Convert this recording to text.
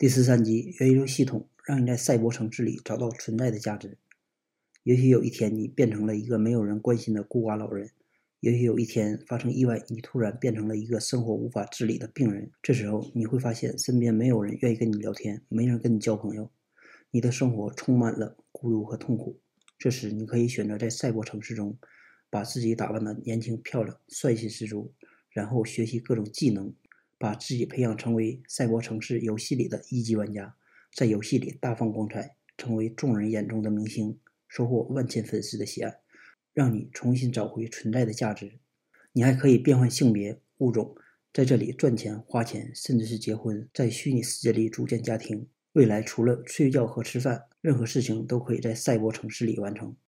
第13集，元宇宙系统让你在赛博城市里找到存在的价值。也许有一天你变成了一个没有人关心的孤寡老人，也许有一天发生意外，你突然变成了一个生活无法自理的病人。这时候你会发现身边没有人愿意跟你聊天，没人跟你交朋友，你的生活充满了孤独和痛苦。这时你可以选择在赛博城市中把自己打扮得年轻漂亮，帅气十足，然后学习各种技能，把自己培养成为赛博城市游戏里的一级玩家，在游戏里大放光彩，成为众人眼中的明星，收获万千粉丝的喜爱，让你重新找回存在的价值。你还可以变换性别、物种，在这里赚钱、花钱，甚至是结婚，在虚拟世界里组建家庭。未来除了睡觉和吃饭，任何事情都可以在赛博城市里完成。